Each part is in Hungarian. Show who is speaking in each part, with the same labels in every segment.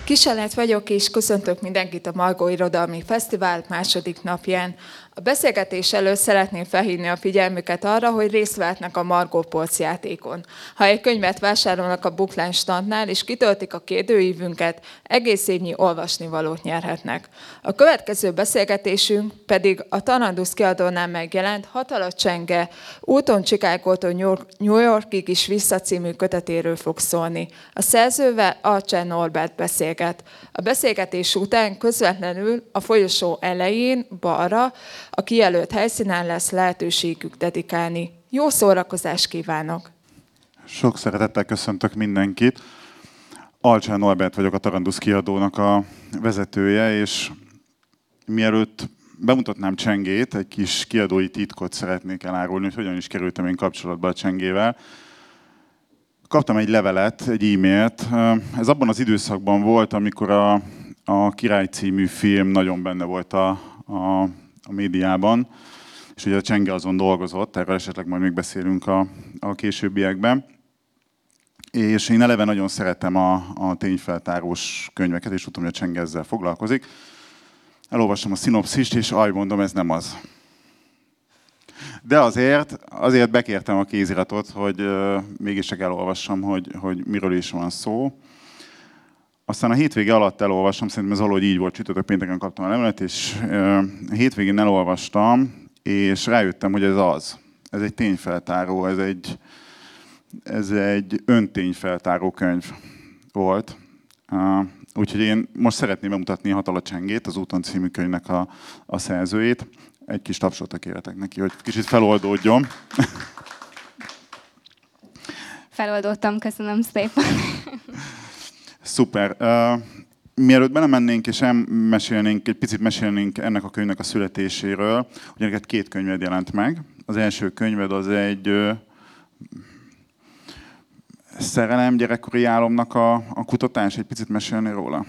Speaker 1: Kiselet vagyok, és köszöntök mindenkit a Margó Irodalmi Fesztivál második napján. A beszélgetés előtt szeretném felhívni a figyelmüket arra, hogy részt vehetnek a Margó polcjátékon. Ha egy könyvet vásárolnak a Bookline standnál, és kitöltik a kérdőívünket, egész évnyi olvasnivalót nyerhetnek. A következő beszélgetésünk pedig a Tarandusz kiadónál megjelent Hatalad Csenge úton Chicagótól New Yorkig is vissza című kötetéről fog szólni. A szerzővel Archer Norbert beszélget. A beszélgetés után közvetlenül a folyosó elején, balra, a kijelölt helyszínen lesz lehetőségük dedikálni. Jó szórakozást kívánok!
Speaker 2: Sok szeretettel köszöntök mindenkit. Archer Norbert vagyok, a Tarandusz kiadónak a vezetője, és mielőtt bemutatnám Csengét, egy kis kiadói titkot szeretnék elárulni, hogy hogyan is kerültem én kapcsolatba a Csengével. Kaptam egy levelet, egy e-mailt. Ez abban az időszakban volt, amikor a Király című film nagyon benne volt a médiában, és ugye a Csenge azon dolgozott, erről esetleg majd még beszélünk a későbbiekben. És én eleve nagyon szeretem a tényfeltárós könyveket, és tudom, hogy a Csenge ezzel foglalkozik. Elolvastam a szinopszist, és mondom, ez nem az. De azért bekértem a kéziratot, hogy mégis csak elolvassam, hogy miről is van szó. Aztán a hétvége alatt elolvastam, szerintem ez valahogy így volt, csütörtök pénteken kaptam a levelet, és a hétvégén elolvastam, és rájöttem, hogy ez az. Ez egy tényfeltáró, ez egy öntényfeltáró könyv volt. Úgyhogy én most szeretném bemutatni Hatalad Csengét, az Úton című könyvnek a szerzőjét. Egy kis tapsot kérhetek neki, hogy kicsit feloldódjon.
Speaker 3: Feloldottam, köszönöm szépen.
Speaker 2: Szuper. Mielőtt belemennénk és egy picit mesélnénk ennek a könyvnek a születéséről, ugye neked 2 könyved jelent meg. Az első könyved az egy szerelem gyerekkori álomnak a kutatás, egy picit mesélni róla?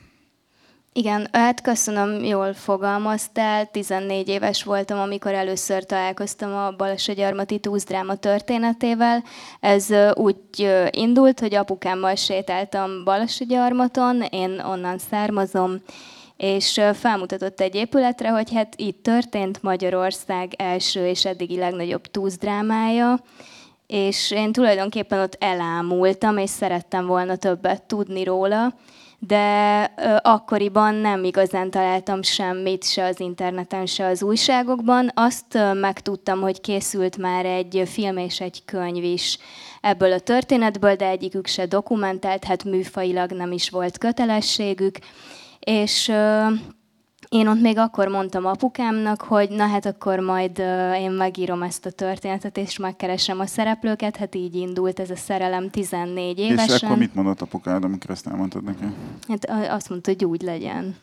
Speaker 3: Igen, hát köszönöm, jól fogalmaztál. 14 éves voltam, amikor először találkoztam a Balassagyarmati túszdráma történetével. Ez úgy indult, hogy apukámmal sétáltam Balassagyarmaton, én onnan származom, és felmutatott egy épületre, hogy hát itt történt Magyarország első és eddigi legnagyobb túszdrámája, és én tulajdonképpen ott elámultam, és szerettem volna többet tudni róla, de akkoriban nem igazán találtam semmit, se az interneten, se az újságokban. Azt megtudtam, hogy készült már egy film és egy könyv is ebből a történetből, de egyikük se dokumentált, hát műfajilag nem is volt kötelességük, és én ott még akkor mondtam apukámnak, hogy na hát akkor majd én megírom ezt a történetet, és megkeresem a szereplőket, hát így indult ez a szerelem 14 évesen.
Speaker 2: És akkor mit mondott apukád, amikor ezt elmondtad neki?
Speaker 3: Hát azt mondta, hogy úgy legyen.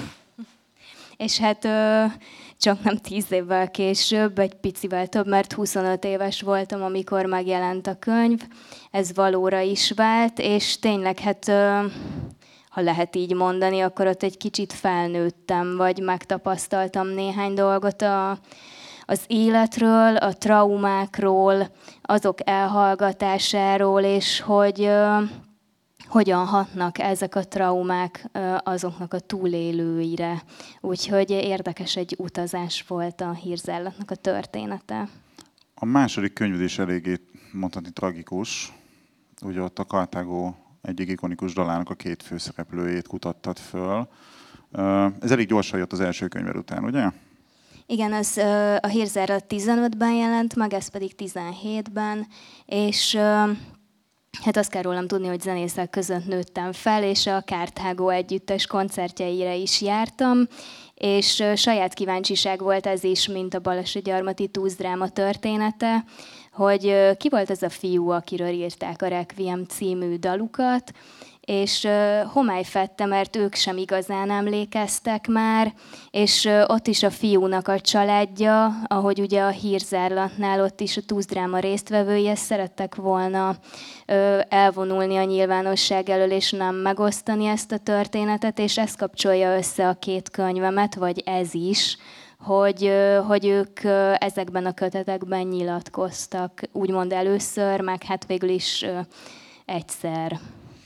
Speaker 3: És hát csak nem 10 évvel később, egy picivel több, mert 25 éves voltam, amikor megjelent a könyv, ez valóra is vált, és tényleg hát... ha lehet így mondani, akkor ott egy kicsit felnőttem, vagy megtapasztaltam néhány dolgot az életről, a traumákról, azok elhallgatásáról, és hogy hogyan hatnak ezek a traumák azoknak a túlélőire. Úgyhogy érdekes egy utazás volt a hírzállatnak a története.
Speaker 2: A második könyved is eléggé mondhatni tragikus. Ugye ott a Kartágó egyik ikonikus dalának a 2 főszereplőjét kutattad föl. Ez elég gyorsan jött az első könyved után, ugye?
Speaker 3: Igen, ez a hírzárat 15-ben jelent meg, ez pedig 17-ben, és hát azt kell rólam tudni, hogy zenészek között nőttem fel, és a Kartágó együttes koncertjeire is jártam, és saját kíváncsiság volt ez is, mint a Balassagyarmati túszdráma története, hogy ki volt ez a fiú, akiről írták a Requiem című dalukat, és homály fedte, mert ők sem igazán emlékeztek már, és ott is a fiúnak a családja, ahogy ugye a hírzárlatnál ott is a túszdráma résztvevői, szerettek volna elvonulni a nyilvánosság elől, és nem megosztani ezt a történetet, és ez kapcsolja össze a 2 könyvemet, vagy ez is, hogy ők ezekben a kötetekben nyilatkoztak, úgymond először, meg hát végül is egyszer.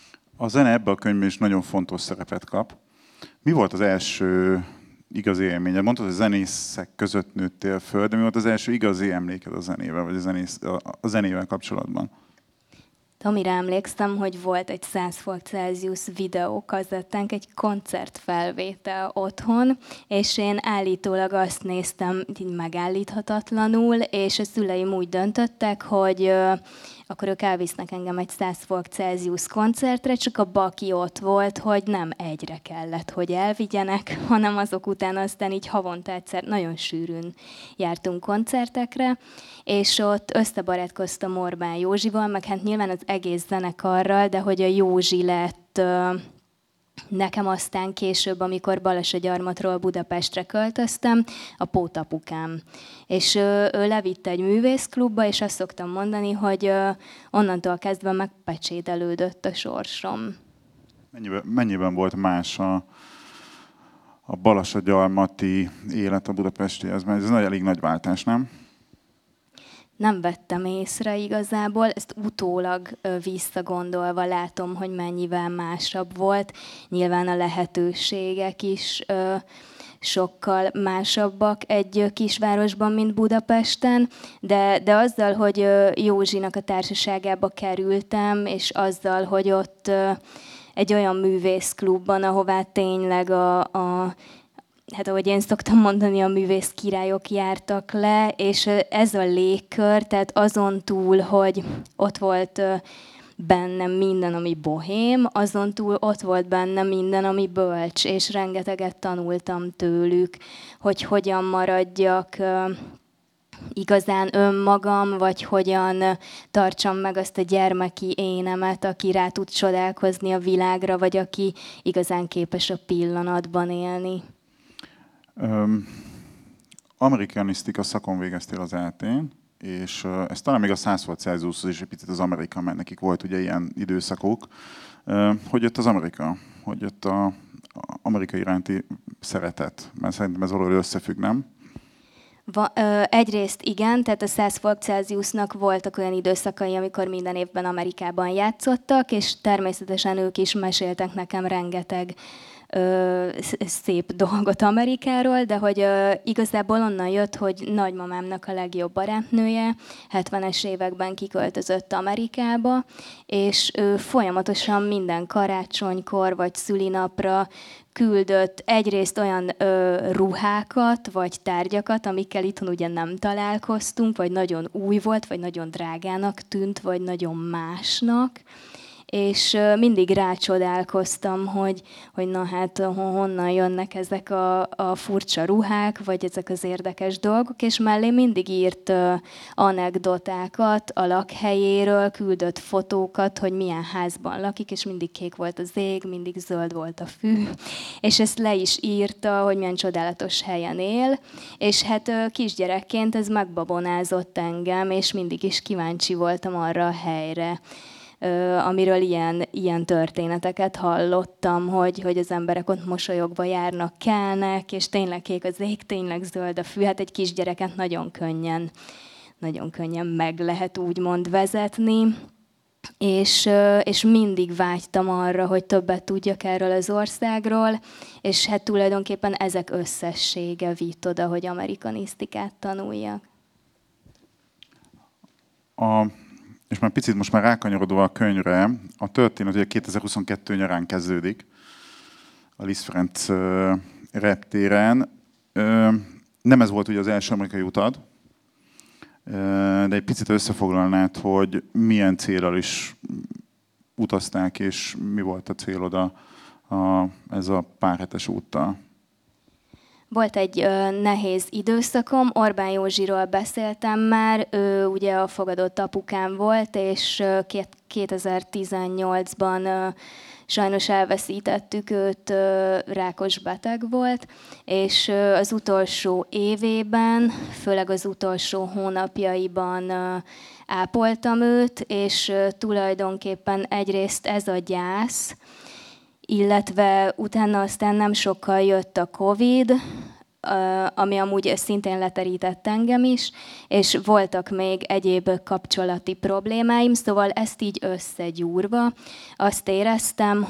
Speaker 2: A zene ebben a könyvben is nagyon fontos szerepet kap. Mi volt az első igazi élményed? Mondtad, hogy zenészek között nőttél föl, de mi volt az első igazi emléked a zenével, vagy a zenével kapcsolatban?
Speaker 3: Amire emlékszem, hogy volt egy 100 fok Celsius videókazettánk, egy koncertfelvétel otthon, és én állítólag azt néztem így megállíthatatlanul, és a szüleim úgy döntöttek, hogy akkor ők elvisznek engem egy 100 fok Celsius koncertre, csak a baki ott volt, hogy nem egyre kellett, hogy elvigyenek, hanem azok után aztán így havonta egyszer nagyon sűrűn jártunk koncertekre, és ott összebarátkoztam Orbán Józsival, meg hát nyilván az egész zenekarral, de hogy a Józsi lett nekem aztán később, amikor Balasagyarmatról Budapestre költöztem, a pótapukám. És ő levitte egy művészklubba, és azt szoktam mondani, hogy onnantól kezdve megpecsételődött a sorsom.
Speaker 2: Mennyiben volt más a balasagyarmati élet a budapestihez? Mert ez elég nagy váltás, nem?
Speaker 3: Nem vettem észre igazából, ezt utólag visszagondolva látom, hogy mennyivel másabb volt. Nyilván a lehetőségek is sokkal másabbak egy kisvárosban, mint Budapesten, de azzal, hogy Józsinak a társaságába kerültem, és azzal, hogy ott egy olyan művészklubban, ahová tényleg hát ahogy én szoktam mondani, a művész királyok jártak le, és ez a légkör, tehát azon túl, hogy ott volt bennem minden, ami bohém, azon túl ott volt bennem minden, ami bölcs, és rengeteget tanultam tőlük, hogy hogyan maradjak igazán önmagam, vagy hogyan tartsam meg azt a gyermeki énemet, aki rá tud csodálkozni a világra, vagy aki igazán képes a pillanatban élni.
Speaker 2: Amerikanisztika szakon végeztél az ELTE-n, és ez talán még a 100 fok Celsiushoz is egy picit az Amerika, mert nekik volt ugye ilyen időszakok. Hogy jött az Amerika? Hogy jött az Amerika iránti szeretet? Mert szerintem ez valahogy összefügg, nem?
Speaker 3: Egyrészt igen, tehát a 100 fok Celsiusnak voltak olyan időszakai, amikor minden évben Amerikában játszottak, és természetesen ők is meséltek nekem rengeteg szép dolgot Amerikáról, de hogy igazából onnan jött, hogy nagymamámnak a legjobb barátnője 70-es években kiköltözött Amerikába, és ő folyamatosan minden karácsonykor vagy szülinapra küldött egyrészt olyan ruhákat vagy tárgyakat, amikkel itthon ugye nem találkoztunk, vagy nagyon új volt, vagy nagyon drágának tűnt, vagy nagyon másnak. És mindig rácsodálkoztam, hogy na hát honnan jönnek ezek a furcsa ruhák, vagy ezek az érdekes dolgok, és mellé mindig írt anekdotákat a lakhelyéről, küldött fotókat, hogy milyen házban lakik, és mindig kék volt az ég, mindig zöld volt a fű, és ezt le is írta, hogy milyen csodálatos helyen él, és hát kisgyerekként ez megbabonázott engem, és mindig is kíváncsi voltam arra a helyre, amiről ilyen történeteket hallottam, hogy az emberek ott mosolyogva járnak, kelnek, és tényleg kék az ég, tényleg zöld a fű. Hát egy kisgyereket nagyon könnyen meg lehet úgymond vezetni. És mindig vágytam arra, hogy többet tudjak erről az országról, és hát tulajdonképpen ezek összessége vitt oda, hogy amerikanisztikát tanuljak.
Speaker 2: És már picit most már rákanyarodva a könyvre, a történet ugye 2022 nyarán kezdődik a Liszt Ferenc reptéren. Nem ez volt ugye az első amerikai utad, de egy picit összefoglalnád, hogy milyen céllal is utazták, és mi volt a célod ez a párhetes úttal?
Speaker 3: Volt egy nehéz időszakom, Orbán Józsiról beszéltem már, ő ugye a fogadott apukám volt, és 2018-ban sajnos elveszítettük őt, rákos beteg volt, és az utolsó évében, főleg az utolsó hónapjaiban ápoltam őt, és tulajdonképpen egyrészt ez a gyász, illetve utána aztán nem sokkal jött a Covid, ami amúgy szintén leterített engem is, és voltak még egyéb kapcsolati problémáim, szóval ezt így összegyúrva azt éreztem,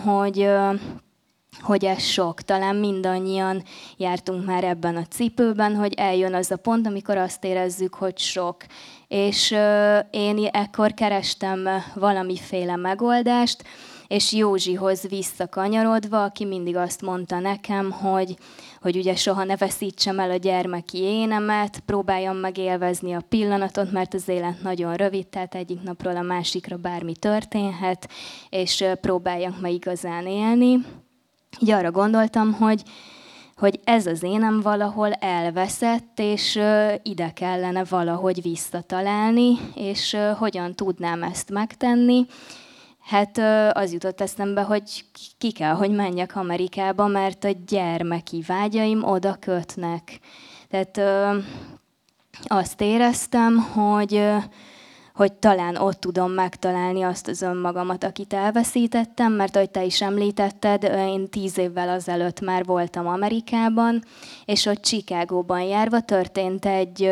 Speaker 3: hogy ez sok. Talán mindannyian jártunk már ebben a cipőben, hogy eljön az a pont, amikor azt érezzük, hogy sok. És én ekkor kerestem valamiféle megoldást, és Józsihoz visszakanyarodva, aki mindig azt mondta nekem, hogy ugye soha ne veszítsem el a gyermeki énemet, próbáljam meg élvezni a pillanatot, mert az élet nagyon rövid, tehát egyik napról a másikra bármi történhet, és próbáljak meg igazán élni. Így arra gondoltam, hogy ez az énem valahol elveszett, és ide kellene valahogy visszatalálni, és hogyan tudnám ezt megtenni. Hát az jutott eszembe, hogy ki kell, hogy menjek Amerikába, mert a gyermeki vágyaim oda kötnek. Tehát azt éreztem, hogy talán ott tudom megtalálni azt az önmagamat, akit elveszítettem, mert ahogy te is említetted, én 10 évvel azelőtt már voltam Amerikában, és ott Chicagóban járva történt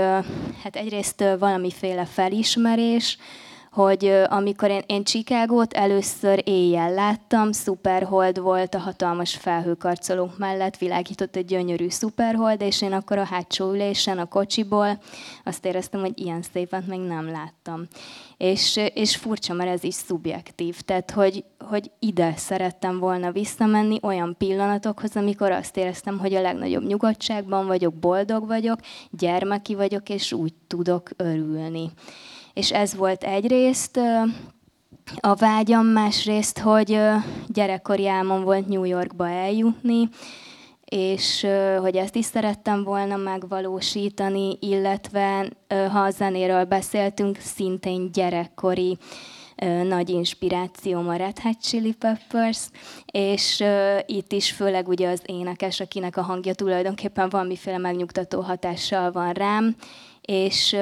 Speaker 3: egyrészt valamiféle felismerés, hogy amikor én Chicagót először éjjel láttam, szuperhold volt a hatalmas felhőkarcolók mellett, világított egy gyönyörű szuperhold, és én akkor a hátsó ülésen, a kocsiból azt éreztem, hogy ilyen szépet még nem láttam. És furcsa, mert ez is szubjektív, tehát hogy ide szerettem volna visszamenni olyan pillanatokhoz, amikor azt éreztem, hogy a legnagyobb nyugodtságban vagyok, boldog vagyok, gyermeki vagyok, és úgy tudok örülni. És ez volt egyrészt a vágyam, másrészt, hogy gyerekkori álmom volt New Yorkba eljutni, és hogy ezt is szerettem volna megvalósítani, illetve ha a zenéről beszéltünk, szintén gyerekkori nagy inspirációm a Red Hot Chili Peppers, és itt is főleg ugye az énekes, akinek a hangja tulajdonképpen valamiféle megnyugtató hatással van rám, és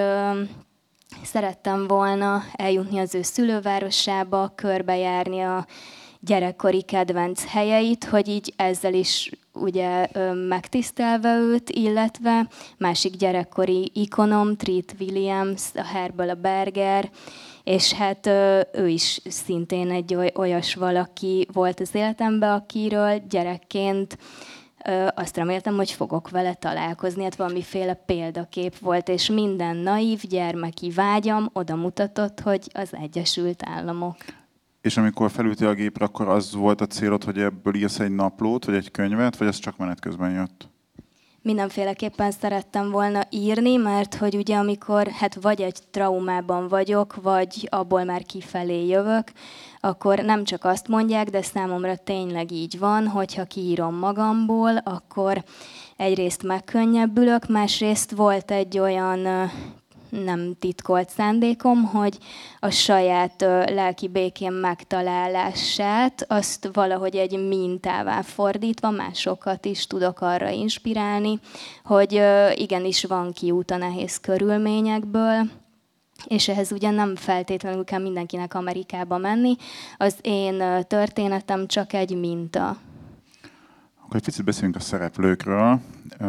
Speaker 3: szerettem volna eljutni az ő szülővárosába, körbejárni a gyerekkori kedvenc helyeit, hogy így ezzel is ugye megtisztelve őt, illetve másik gyerekkori ikonom, Treat Williams, a Herbal a Berger, és hát ő is szintén egy olyas valaki volt az életemben, akiről gyerekként azt reméltem, hogy fogok vele találkozni, hát valamiféle példakép volt, és minden naív gyermeki vágyam oda mutatott, hogy az Egyesült Államok.
Speaker 2: És amikor felültél a gépre, akkor az volt a célod, hogy ebből írsz egy naplót, vagy egy könyvet, vagy ez csak menet közben jött?
Speaker 3: Mindenféleképpen szerettem volna írni, mert hogy ugye amikor vagy egy traumában vagyok, vagy abból már kifelé jövök, akkor nem csak azt mondják, de számomra tényleg így van, hogyha kiírom magamból, akkor egyrészt megkönnyebbülök, másrészt volt egy olyan nem titkolt szándékom, hogy a saját lelki békém megtalálását, azt valahogy egy mintává fordítva másokat is tudok arra inspirálni, hogy igenis van kiút a nehéz körülményekből, és ehhez ugye nem feltétlenül kell mindenkinek Amerikába menni. Az én történetem csak egy minta.
Speaker 2: Akkor egy picit beszélünk a szereplőkről.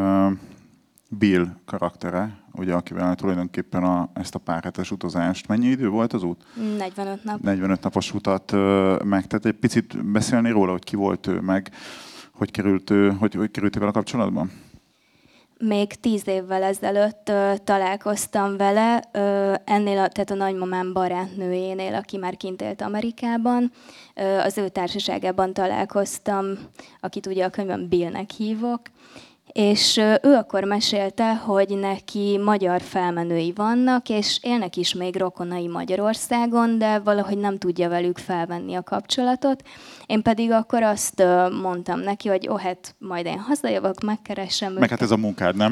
Speaker 2: Bill karaktere, ugye, akivel tulajdonképpen ezt a párhetes utazást, mennyi idő volt az út?
Speaker 3: 45 nap.
Speaker 2: 45 napos utat megtett. Egy picit beszélni róla, hogy ki volt ő, meg hogy került vele kapcsolatban?
Speaker 3: Még 10 évvel ezelőtt találkoztam vele, tehát a nagymamám barátnőjénél, aki már kint élt Amerikában. Az ő társaságában találkoztam, akit ugye a könyvben Billnek hívok, és ő akkor mesélte, hogy neki magyar felmenői vannak, és élnek is még rokonai Magyarországon, de valahogy nem tudja velük felvenni a kapcsolatot. Én pedig akkor azt mondtam neki, hogy hát majd én hazajövök, megkeresem őket.
Speaker 2: Meg hát ez a munkád, nem?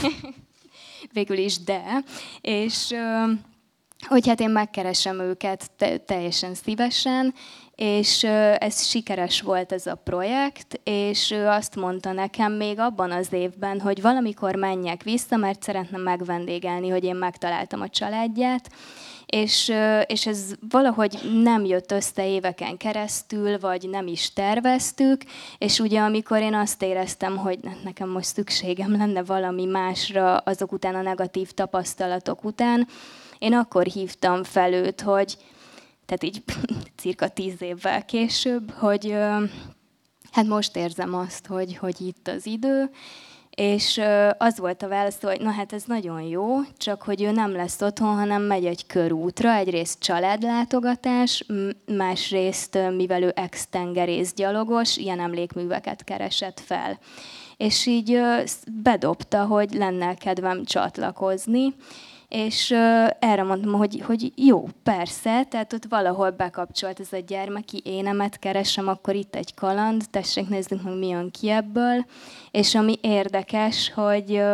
Speaker 3: Végül is, de. És hogy hát én megkeresem őket teljesen szívesen, és ez sikeres volt ez a projekt, és ő azt mondta nekem még abban az évben, hogy valamikor menjek vissza, mert szeretne megvendégelni, hogy én megtaláltam a családját, és ez valahogy nem jött össze éveken keresztül, vagy nem is terveztük, és ugye amikor én azt éreztem, hogy nekem most szükségem lenne valami másra azok után, a negatív tapasztalatok után, én akkor hívtam fel őt, hogy, tehát így cirka 10 évvel később, hogy hát most érzem azt, hogy itt az idő, és az volt a válasz, hogy na hát ez nagyon jó, csak hogy ő nem lesz otthon, hanem megy egy körútra, egyrészt családlátogatás, másrészt, mivel ő ex-tengerész gyalogos, ilyen emlékműveket keresett fel. És így bedobta, hogy lenne kedvem csatlakozni, és erre mondtam, hogy jó, persze, tehát ott valahol bekapcsolt ez a gyermeki énemet keresem, akkor itt egy kaland, tessék nézzük meg, mi jön ki ebből. És ami érdekes, hogy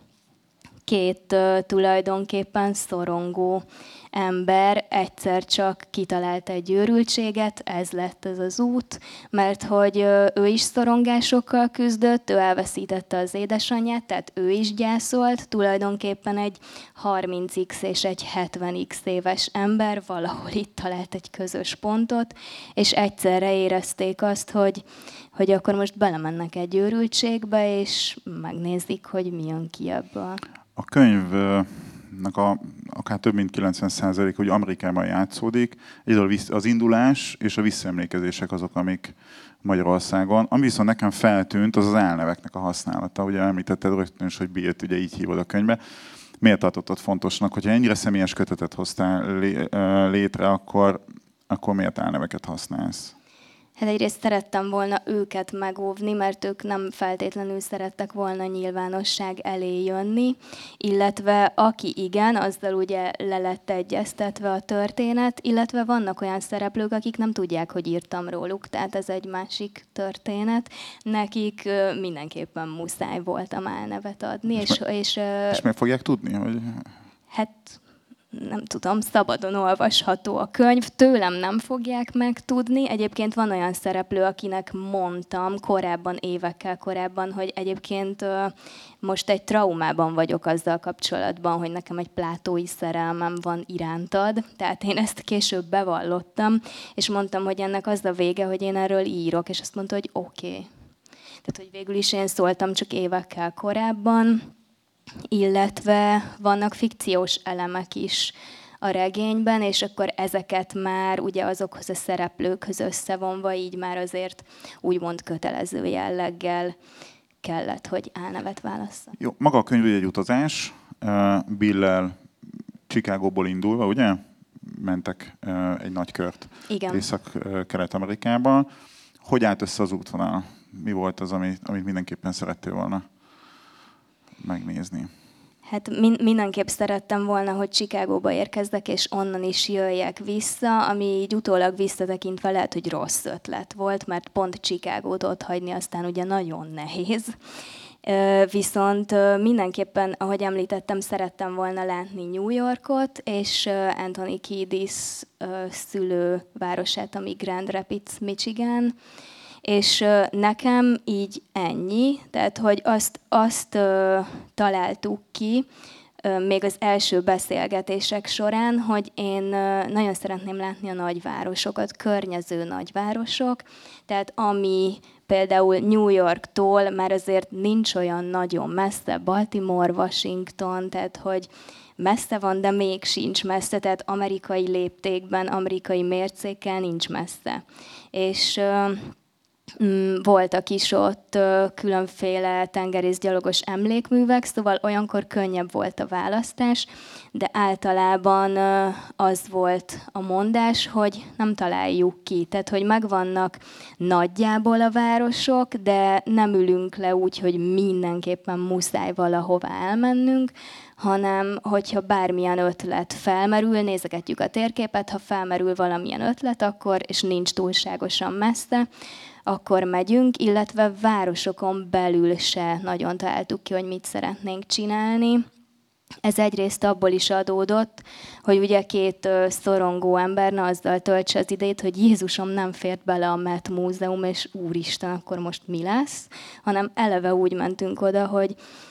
Speaker 3: két tulajdonképpen szorongó ember egyszer csak kitalált egy őrültséget, ez lett ez az út, mert hogy ő is szorongásokkal küzdött, ő elveszítette az édesanyját, tehát ő is gyászolt, tulajdonképpen egy 30x és egy 70x éves ember valahol itt talált egy közös pontot, és egyszerre érezték azt, hogy akkor most belemennek egy őrültségbe, és megnézik, hogy mi jön ki ebből.
Speaker 2: A könyvnek akár több mint 90%, hogy Amerikában játszódik. Egyedül az indulás és a visszaemlékezések azok, amik Magyarországon. Ami viszont nekem feltűnt, az az álneveknek a használata. Ugye említetted rögtön is, hogy Billt ugye így hívod a könyvbe. Miért tartottad fontosnak, hogyha ennyire személyes kötetet hoztál létre, akkor miért álneveket használsz?
Speaker 3: Hát egyrészt szerettem volna őket megóvni, mert ők nem feltétlenül szerettek volna nyilvánosság elé jönni, illetve aki igen, azzal ugye le lett egyeztetve a történet, illetve vannak olyan szereplők, akik nem tudják, hogy írtam róluk, tehát ez egy másik történet. Nekik mindenképpen muszáj voltam álnevet adni. És
Speaker 2: miért fogják tudni, hogy...
Speaker 3: Hát... nem tudom, szabadon olvasható a könyv, tőlem nem fogják megtudni. Egyébként van olyan szereplő, akinek mondtam korábban, évekkel korábban, hogy egyébként most egy traumában vagyok azzal kapcsolatban, hogy nekem egy plátói szerelmem van irántad. Tehát én ezt később bevallottam, és mondtam, hogy ennek az a vége, hogy én erről írok, és azt mondta, hogy oké. Tehát, hogy végül is én szóltam csak évekkel korábban, illetve vannak fikciós elemek is a regényben, és akkor ezeket már ugye azokhoz a szereplőkhöz összevonva, így már azért úgymond kötelező jelleggel kellett, hogy álnevet válasszak.
Speaker 2: Jó, maga a könyv egy utazás, Bill-lel Chicagóból indulva, ugye? Mentek egy nagy kört Észak-Kelet-Amerikába. Hogy állt össze az útvonal? Mi volt az, amit mindenképpen szerettél volna megnézni?
Speaker 3: Hát mindenképp szerettem volna, hogy Chicagóba érkezzek, és onnan is jöjjek vissza, ami így utólag visszatekintve lehet, hogy rossz ötlet volt, mert pont Chicagót ott hagyni aztán ugye nagyon nehéz. Viszont mindenképpen, ahogy említettem, szerettem volna látni New Yorkot, és Anthony Kiedis szülővárosát, ami Grand Rapids, Michigan. És nekem így ennyi, tehát hogy azt találtuk ki még az első beszélgetések során, hogy én nagyon szeretném látni a nagyvárosokat, környező nagyvárosok, tehát ami például New Yorktól már azért nincs olyan nagyon messze, Baltimore, Washington, tehát hogy messze van, de még sincs messze, tehát amerikai léptékben, amerikai mércékkel nincs messze. És voltak is ott különféle tengerészgyalogos emlékművek, szóval olyankor könnyebb volt a választás, de általában az volt a mondás, hogy nem találjuk ki. Tehát, hogy megvannak nagyjából a városok, de nem ülünk le úgy, hogy mindenképpen muszáj valahova elmennünk, hanem hogyha bármilyen ötlet felmerül, nézegetjük a térképet, ha felmerül valamilyen ötlet, akkor, és nincs túlságosan messze, akkor megyünk, illetve városokon belül se nagyon találtuk ki, hogy mit szeretnénk csinálni. Ez egyrészt abból is adódott, hogy ugye két szorongó ember azzal töltse az idejét, hogy Jézusom, nem fért bele a Met Múzeum, és úristen, akkor most mi lesz? Hanem eleve úgy mentünk oda, hogy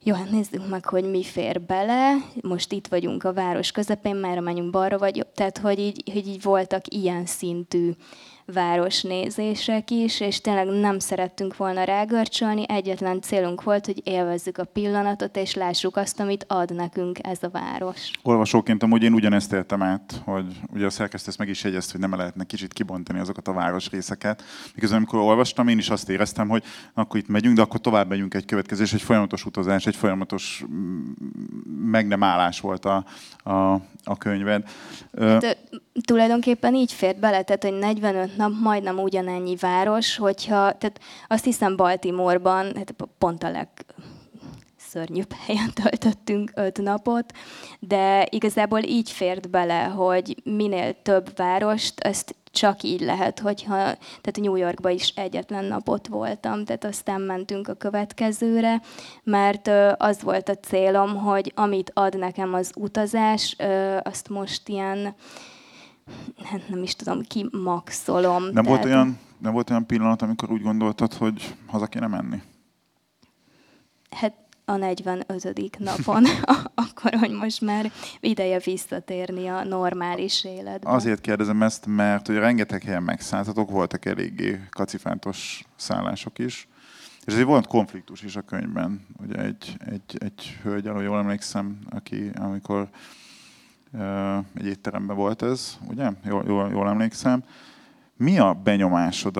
Speaker 3: Jó, hát nézzük meg, hogy mi fér bele. Most itt vagyunk a város közepén, merre menjünk balra vagy jobb. Tehát, hogy így voltak ilyen szintű városnézések is, és tényleg nem szerettünk volna rágörcsölni. Egyetlen célunk volt, hogy élvezzük a pillanatot, és lássuk azt, amit ad nekünk ez a város.
Speaker 2: Olvasóként amúgy én ugyanezt éltem át, hogy ugye a szerkesztő ezt meg is jegyezte, hogy nem lehetne kicsit kibontani azokat a városrészeket. Miközben amikor olvastam, én is azt éreztem, hogy akkor itt megyünk, de akkor tovább megyünk egy következő, és egy folyamatos utazás, egy folyamatos meg nem állás volt a könyved.
Speaker 3: De tulajdonképpen így fért bele, tehát hogy 45 nap majdnem ugyanennyi város, hogyha, tehát azt hiszem Baltimore-ban, hát pont a legszörnyűbb helyen töltöttünk 5 napot, de igazából így fért bele, hogy minél több várost, ezt csak így lehet, hogyha, tehát New Yorkban is egyetlen napot voltam, tehát aztán mentünk a következőre, mert az volt a célom, hogy amit ad nekem az utazás, azt most ilyen, hát nem is tudom, kimaxolom.
Speaker 2: Nem volt olyan pillanat, amikor úgy gondoltad, hogy haza kéne menni?
Speaker 3: Hát a 45. napon, akkor, hogy most már ideje visszatérni a normális életbe.
Speaker 2: Azért kérdezem ezt, mert ugye rengeteg helyen megszálltatok, voltak eléggé kacifántos szállások is, és azért volt konfliktus is a könyvben. Ugye egy hölgy, ahol jól emlékszem, amikor egy étteremben volt ez, ugye? Jól emlékszem. Mi a benyomásod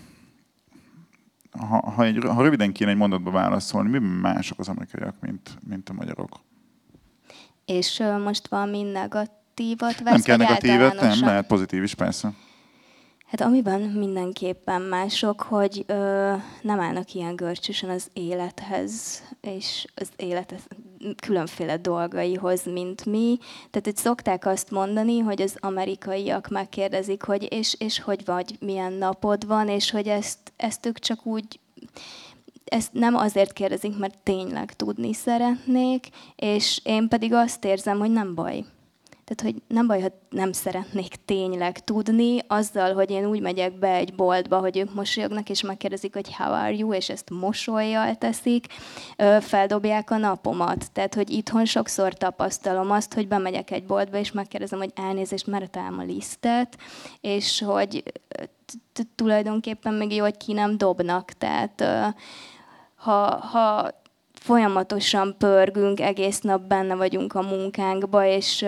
Speaker 2: ha röviden kéne egy mondatba válaszolni, mi mások az amerikaiak, mint a magyarok?
Speaker 3: És most valami negatívat vesz,
Speaker 2: nem kell negatívet, nem,
Speaker 3: általánosan?
Speaker 2: lehet pozitív is, persze.
Speaker 3: Hát amiben mindenképpen mások, hogy nem állnak ilyen görcsösen az élethez, és az élet különféle dolgaihoz, mint mi. Tehát itt szokták azt mondani, hogy az amerikaiak megkérdezik, hogy és hogy vagy, milyen napod van, és hogy ezt ők csak úgy, ezt nem azért kérdezik, mert tényleg tudni szeretnék, és én pedig azt érzem, hogy nem baj. Tehát, hogy nem baj, ha nem szeretnék tényleg tudni, azzal, hogy én úgy megyek be egy boltba, hogy ők mosolyognak, és megkérdezik, hogy how are you, és ezt mosollyal teszik, feldobják a napomat. Tehát, hogy itthon sokszor tapasztalom azt, hogy bemegyek egy boltba, és megkérdezem, hogy elnézést, meretelem a lisztet, és hogy tulajdonképpen még jó, hogy ki nem dobnak. Tehát, ha folyamatosan pörgünk, egész nap benne vagyunk a munkánkba,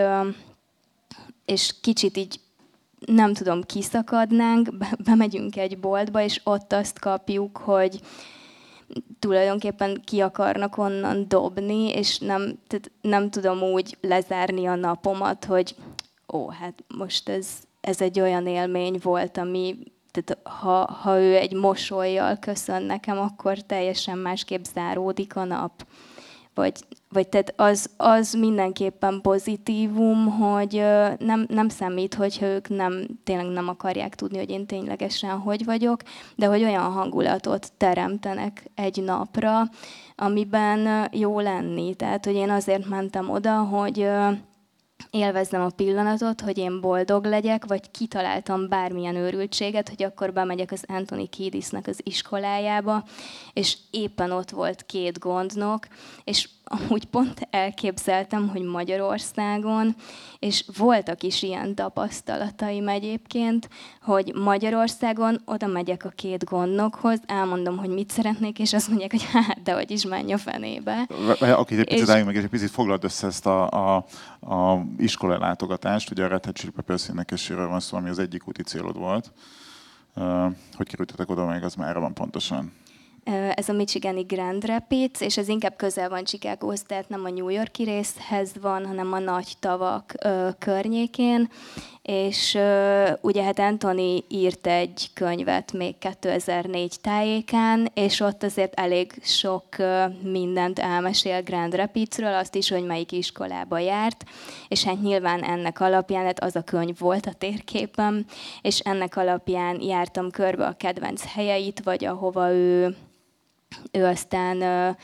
Speaker 3: és kicsit így nem tudom, kiszakadnánk, bemegyünk egy boltba, és ott azt kapjuk, hogy tulajdonképpen ki akarnak onnan dobni, és nem tudom úgy lezárni a napomat, hogy hát most ez egy olyan élmény volt, ami, tehát ha ő egy mosollyal köszön nekem, akkor teljesen másképp záródik a nap. Vagy tehát az mindenképpen pozitívum, hogy nem számít, hogyha ők tényleg nem akarják tudni, hogy én ténylegesen hogy vagyok, de hogy olyan hangulatot teremtenek egy napra, amiben jó lenni. Tehát, hogy én azért mentem oda, hogy élvezzem a pillanatot, hogy én boldog legyek, vagy kitaláltam bármilyen őrültséget, hogy akkor bemegyek az Anthony Kiedisnek az iskolájába, és éppen ott volt 2 gondnok, és amúgy pont elképzeltem, hogy Magyarországon, és voltak is ilyen tapasztalataim egyébként, hogy Magyarországon oda megyek a 2 gondnokhoz, elmondom, hogy mit szeretnék, és azt mondják, hogy hát, de hogy is menj a fenébe.
Speaker 2: Akit egy picit álljunk meg, és egy picit foglald össze ezt a iskola látogatást. Ugye a Red Hot Chili Peppers énekeséről van szó, ami az egyik úti célod volt. Hogy kerültetek oda, még az mára van pontosan?
Speaker 3: Ez a michigani Grand Rapids, és ez inkább közel van Chicagóhoz, tehát nem a New York-i részhez van, hanem a nagy tavak környékén. És ugye hát Anthony írt egy könyvet még 2004 tájékán, és ott azért elég sok mindent elmesél Grand Rapidsről, azt is, hogy melyik iskolába járt, és hát nyilván ennek alapján, hát az a könyv volt a térképen, és ennek alapján jártam körbe a kedvenc helyeit, vagy ahova ő aztán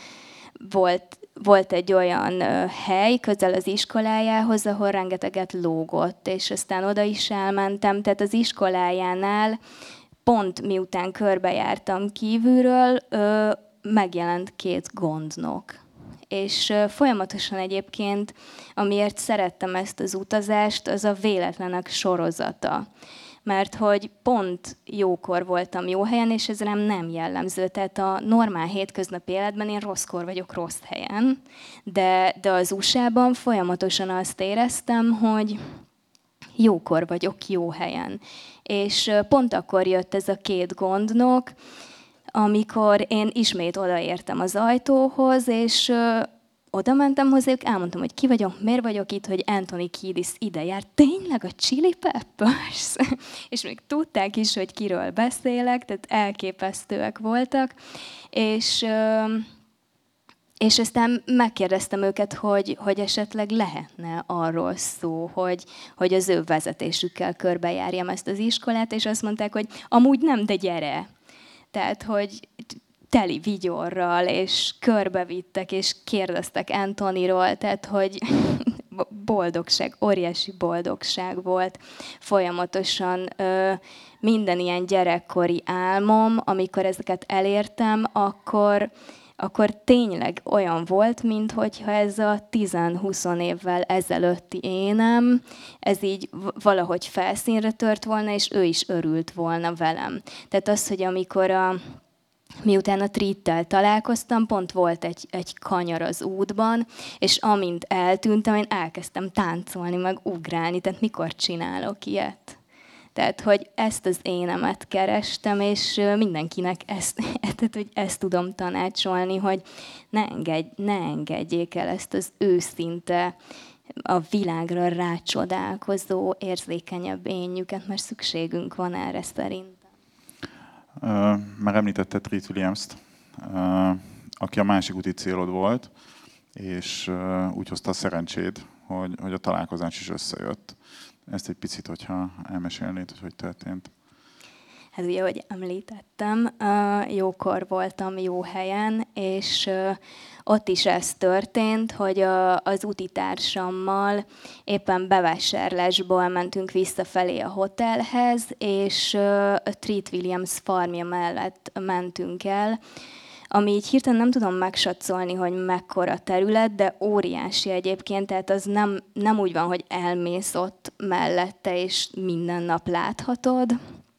Speaker 3: volt egy olyan hely közel az iskolájához, ahol rengeteget lógott, és aztán oda is elmentem, tehát az iskolájánál pont miután körbejártam kívülről, megjelent 2 gondnok. És folyamatosan egyébként, amiért szerettem ezt az utazást, az a véletlenek sorozata. Mert hogy pont jókor voltam jó helyen, és ez rám nem jellemző. Tehát a normál hétköznapi életben én rosszkor vagyok rossz helyen, de az USA-ban folyamatosan azt éreztem, hogy jókor vagyok jó helyen. És pont akkor jött ez a két gondnok, amikor én ismét odaértem az ajtóhoz, és oda mentem hozzájuk, elmondtam, hogy ki vagyok, miért vagyok itt, hogy Anthony Kiedis ide jár. Tényleg a Chili Peppers? És még tudták is, hogy kiről beszélek, tehát elképesztőek voltak. És aztán megkérdeztem őket, hogy esetleg lehetne arról szó, hogy az ő vezetésükkel körbejárjam ezt az iskolát, és azt mondták, hogy amúgy nem, de gyere. Tehát, hogy teli vigyorral, és körbevittek, és kérdeztek Anthonyról, tehát, hogy boldogság, óriási boldogság volt. Folyamatosan minden ilyen gyerekkori álmom, amikor ezeket elértem, akkor tényleg olyan volt, mintha ez a 10-20 évvel ezelőtti énem, ez így valahogy felszínre tört volna, és ő is örült volna velem. Tehát az, hogy miután a Treattel találkoztam, pont volt egy kanyar az útban, és amint eltűntem, én elkezdtem táncolni, meg ugrálni, tehát mikor csinálok ilyet? Tehát, hogy ezt az énemet kerestem, és mindenkinek ezt tudom tanácsolni, hogy ne engedjék el ezt az őszinte, a világra rácsodálkozó, érzékenyebb énjüket, mert szükségünk van erre szerintem.
Speaker 2: Már említette Treat Williams-t, aki a másik úti célod volt, és úgy hozta a szerencséd, hogy a találkozás is összejött. Ezt egy picit, hogyha elmesélnéd, hogy történt.
Speaker 3: Hát ugye, ahogy említettem, jókor voltam jó helyen, és ott is ez történt, hogy az utitársammal éppen bevásárlásból mentünk visszafelé a hotelhez, és Treat Williams farmja mellett mentünk el, ami így hirtelen nem tudom megsatszolni, hogy mekkora terület, de óriási egyébként, tehát az nem úgy van, hogy elmész ott mellette, és minden nap láthatod.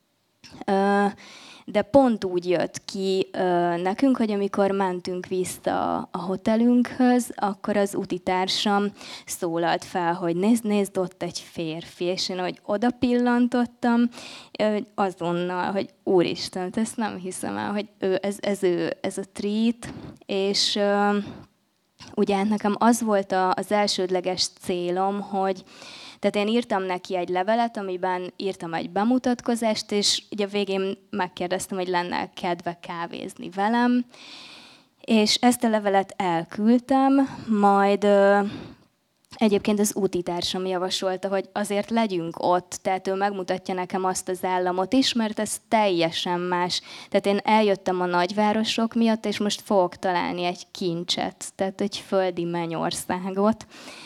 Speaker 3: De pont úgy jött ki nekünk, hogy amikor mentünk vissza a hotelünkhöz, akkor az utitársam szólalt fel, hogy nézd ott egy férfi, és én ahogy oda pillantottam, azonnal, hogy úristen, ezt nem hiszem el, hogy ez a Treat, és ugye nekem az volt az elsődleges célom, hogy tehát én írtam neki egy levelet, amiben írtam egy bemutatkozást, és ugye végén megkérdeztem, hogy lenne kedve kávézni velem, és ezt a levelet elküldtem, majd egyébként az útitársam javasolta, hogy azért legyünk ott, tehát ő megmutatja nekem azt az államot is, mert ez teljesen más. Tehát én eljöttem a nagyvárosok miatt, és most fogok találni egy kincset, tehát egy földi mennyországot.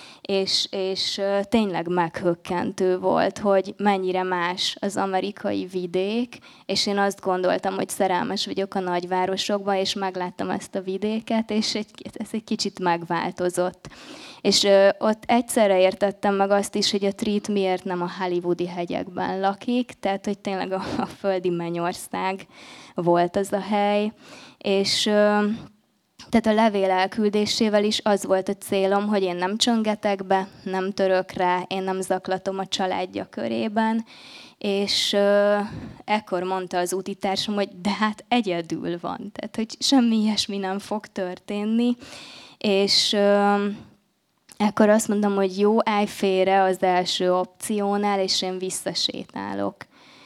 Speaker 3: És tényleg meghökkentő volt, hogy mennyire más az amerikai vidék, és én azt gondoltam, hogy szerelmes vagyok a nagyvárosokban, és megláttam ezt a vidéket, és ez egy kicsit megváltozott. És ott egyszerre értettem meg azt is, hogy a Treat miért nem a hollywoodi hegyekben lakik, tehát hogy tényleg a földi mennyország volt az a hely, és tehát a levél elküldésével is az volt a célom, hogy én nem csöngetek be, nem török rá, én nem zaklatom a családja körében, és ekkor mondta az útitársam, hogy de hát egyedül van, tehát hogy semmi ilyesmi nem fog történni, és ekkor azt mondom, hogy jó, állj félre az első opciónál, és én visszasétálok.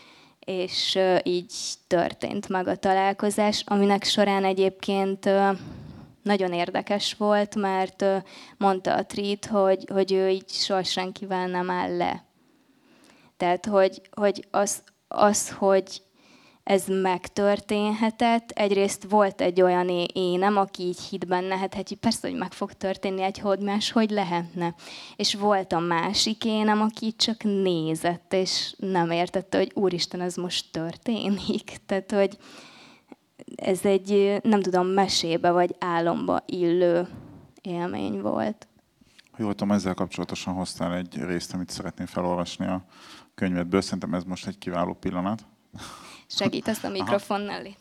Speaker 3: És így történt meg a találkozás, aminek során egyébként nagyon érdekes volt, mert mondta a Treat, hogy ő így soha senkivel nem áll le. Tehát, hogy hogy ez megtörténhetett. Egyrészt volt egy olyan énem, aki így hitt benne, hát persze, hogy meg fog történni egy más, hogy lehetne. És volt a másik énem, aki csak nézett, és nem értette, hogy úristen, ez most történik. Tehát, hogy ez egy, nem tudom, mesébe vagy álomba illő élmény volt.
Speaker 2: Ha jól tudom, ezzel kapcsolatosan hoztál egy részt, amit szeretném felolvasni a könyvedből. Szerintem ez most egy kiváló pillanat.
Speaker 3: Segítesz a mikrofonnal, légy.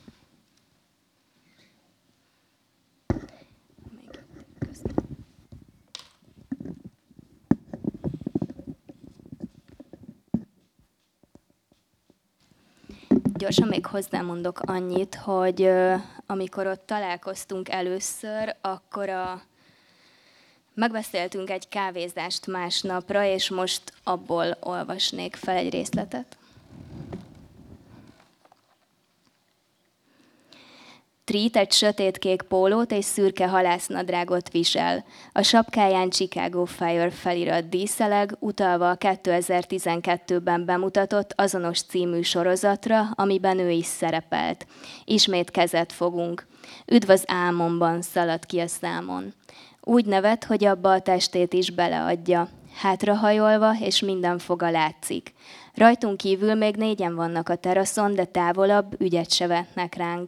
Speaker 3: Gyorsan még hozzámondok annyit, hogy amikor ott találkoztunk először, akkor megbeszéltünk egy kávézást másnapra, és most abból olvasnék fel egy részletet. Treat egy sötétkék pólót és szürke halásznadrágot visel. A sapkáján Chicago Fire felirat díszeleg, utalva a 2012-ben bemutatott azonos című sorozatra, amiben ő is szerepelt. Ismét kezet fogunk. Üdv az álmomban, szalad ki a számon. Úgy nevet, hogy abba a testét is beleadja. Hátrahajolva, és minden foga látszik. Rajtunk kívül még 4-en vannak a teraszon, de távolabb ügyet se vetnek ránk.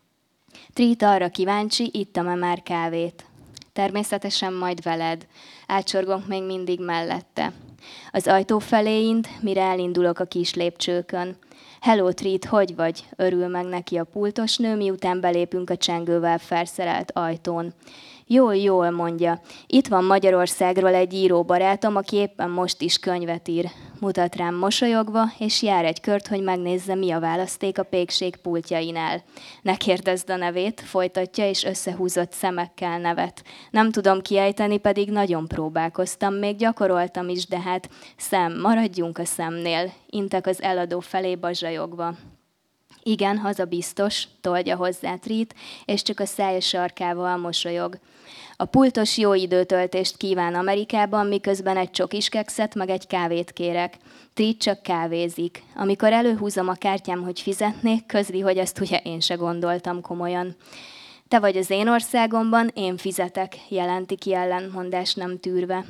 Speaker 3: Treat arra kíváncsi, ittam-e már kávét. Természetesen majd veled. Átsorgok még mindig mellette. Az ajtó felé int, mire elindulok a kis lépcsőkön. Hello, Treat, hogy vagy? Örül meg neki a pultos nő, miután belépünk a csengővel felszerelt ajtón. Jól, mondja. Itt van Magyarországról egy íróbarátom, aki éppen most is könyvet ír. Mutat rám mosolyogva, és jár egy kört, hogy megnézze, mi a választék a pékség pultjainál. Ne kérdezd a nevét, folytatja, és összehúzott szemekkel nevet. Nem tudom kiejteni, pedig nagyon próbálkoztam, még gyakoroltam is, de hát maradjunk a szemnél. Intek az eladó felé bazsajogva. Igen, haza biztos, tolja hozzá Treat, és csak a szája sarkával mosolyog. A pultos jó időtöltést kíván Amerikában, miközben egy csokis kekszet, meg egy kávét kérek. Treat csak kávézik. Amikor előhúzom a kártyám, hogy fizetnék, közli, hogy ezt ugye én se gondoltam komolyan. Te vagy az én országomban, én fizetek, jelenti ki ellentmondás nem tűrve.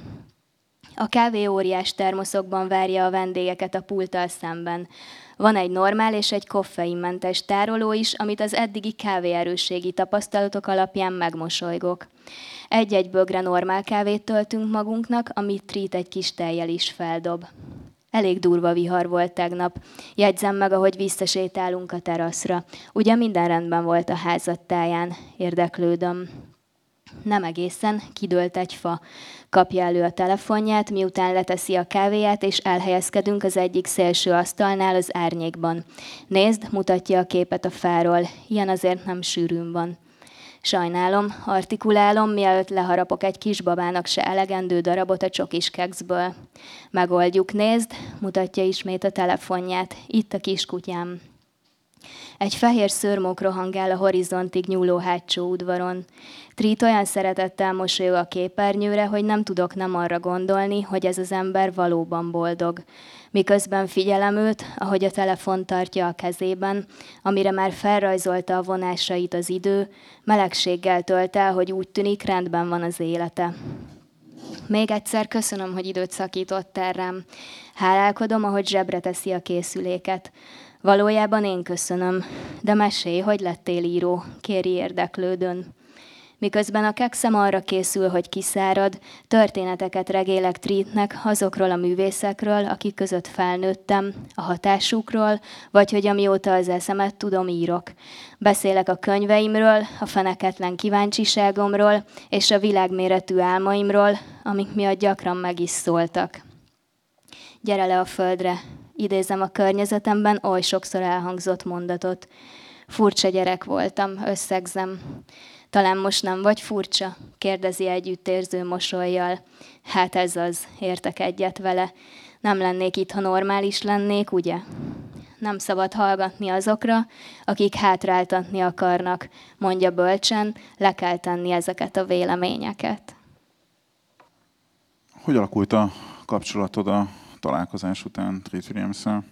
Speaker 3: A kávé óriás termoszokban várja a vendégeket a pulttal szemben. Van egy normál és egy koffeinmentes tároló is, amit az eddigi kávéerősségi tapasztalatok alapján megmosolygok. Egy-egy bögre normál kávét töltünk magunknak, amit Treat egy kis tejjel is feldob. Elég durva vihar volt tegnap. Jegyzem meg, ahogy visszasétálunk a teraszra. Ugye minden rendben volt a házad táján? Érdeklődöm. Nem egészen, kidőlt egy fa. Kapja elő a telefonját, miután leteszi a kávéját, és elhelyezkedünk az egyik szélső asztalnál az árnyékban. Nézd, mutatja a képet a fáról. Ilyen azért nem sűrűn van. Sajnálom, artikulálom, mielőtt leharapok egy kisbabának se elegendő darabot a csokis kekszből. Megoldjuk, nézd, mutatja ismét a telefonját. Itt a kiskutyám. Egy fehér szőrmók rohangál a horizontig nyúló hátsó udvaron. Treat olyan szeretettel mosolyog a képernyőre, hogy nem tudok nem arra gondolni, hogy ez az ember valóban boldog. Miközben figyelem őt, ahogy a telefon tartja a kezében, amire már felrajzolta a vonásait az idő, melegséggel tölt el, hogy úgy tűnik, rendben van az élete. Még egyszer köszönöm, hogy időt szakítottál rám. Hálálkodom, ahogy zsebre teszi a készüléket. Valójában én köszönöm, de mesélj, hogy lettél író, kéri érdeklődön. Miközben a kekszem arra készül, hogy kiszárad, történeteket regélek Treatnek azokról a művészekről, akik között felnőttem, a hatásukról, vagy hogy amióta az eszemet tudom, írok. Beszélek a könyveimről, a feneketlen kíváncsiságomról, és a világméretű álmaimról, amik miatt gyakran meg is szóltak. Gyere le a földre! Idézem a környezetemben oly sokszor elhangzott mondatot. Furcsa gyerek voltam, összegzem. Talán most nem vagy furcsa? Kérdezi együttérző mosollyal. Hát ez az, értek egyet vele. Nem lennék itt, ha normális lennék, ugye? Nem szabad hallgatni azokra, akik hátráltatni akarnak, mondja bölcsen, le kell tenni ezeket a véleményeket.
Speaker 2: Hogy alakult a kapcsolatod a találkozás után Treat Williams-szel?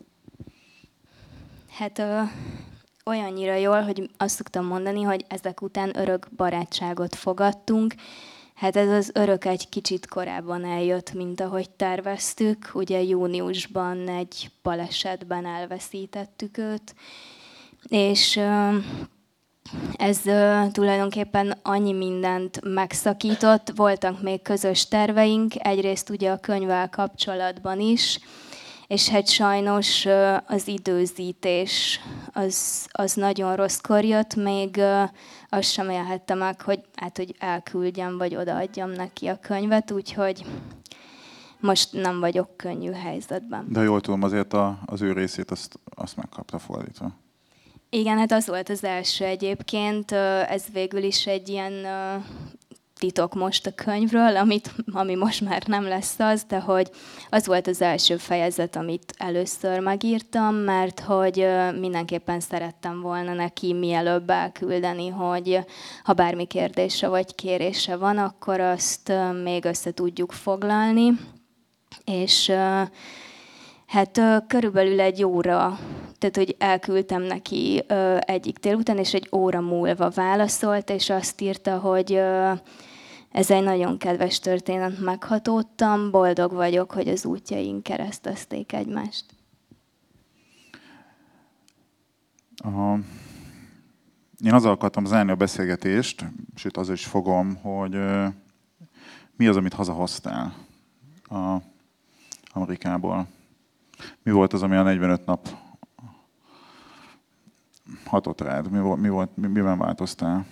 Speaker 3: Hát olyannyira jól, hogy azt szoktam mondani, hogy ezek után örök barátságot fogadtunk. Hát ez az örök egy kicsit korábban eljött, mint ahogy terveztük. Ugye júniusban egy balesetben elveszítettük őt, és Ez tulajdonképpen annyi mindent megszakított, voltak még közös terveink, egyrészt ugye a könyvvel kapcsolatban is, és hát sajnos az időzítés az nagyon rosszkor jött, még azt sem élhette meg, hogy elküldjem, vagy odaadjam neki a könyvet, úgyhogy most nem vagyok könnyű helyzetben.
Speaker 2: De jól tudom, azért az ő részét azt megkapta fordítva.
Speaker 3: Igen, hát az volt az első egyébként. Ez végül is egy ilyen titok most a könyvről, ami most már nem lesz az, de hogy az volt az első fejezet, amit először megírtam, mert hogy mindenképpen szerettem volna neki mielőbb elküldeni, hogy ha bármi kérdése vagy kérése van, akkor azt még össze tudjuk foglalni. És hát körülbelül egy óra, tehát hogy elküldtem neki egyik délután, és egy óra múlva válaszolt, és azt írta, hogy ez egy nagyon kedves történet, meghatódtam, boldog vagyok, hogy az útjaink keresztezték egymást.
Speaker 2: Én azzal akartam zárni a beszélgetést, sőt azzal is fogom, hogy mi az, amit hazahoztál Amerikából. Mi volt az, ami a 45 nap hatott rád? Miben változtál?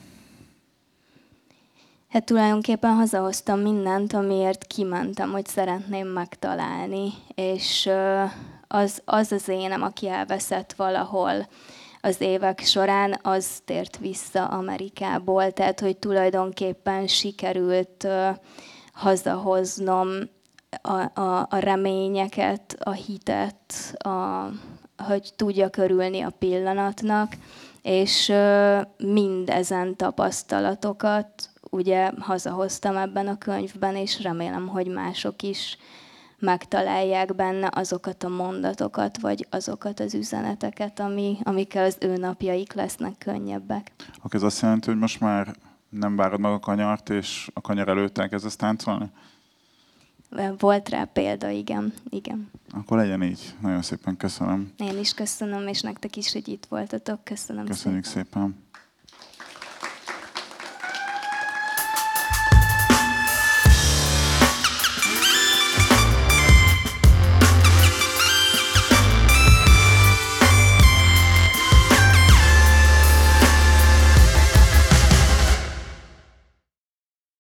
Speaker 3: Hát tulajdonképpen hazahoztam mindent, amiért kimentem, hogy szeretném megtalálni. És az énem, aki elveszett valahol az évek során, az tért vissza Amerikából. Tehát, hogy tulajdonképpen sikerült hazahoznom a reményeket, a hitet, hogy tudjak örülni a pillanatnak, és mindezen tapasztalatokat ugye hazahoztam ebben a könyvben, és remélem, hogy mások is megtalálják benne azokat a mondatokat, vagy azokat az üzeneteket, amikkel az ő napjaik lesznek könnyebbek.
Speaker 2: Akkor ez azt jelenti, hogy most már nem várod meg a kanyart, és a kanyar előtt elkezdesz táncolni?
Speaker 3: Volt rá példa, igen.
Speaker 2: Akkor legyen így. Nagyon szépen köszönöm.
Speaker 3: Én is köszönöm, és nektek is, hogy itt voltatok. Köszönöm
Speaker 2: Köszönjük szépen.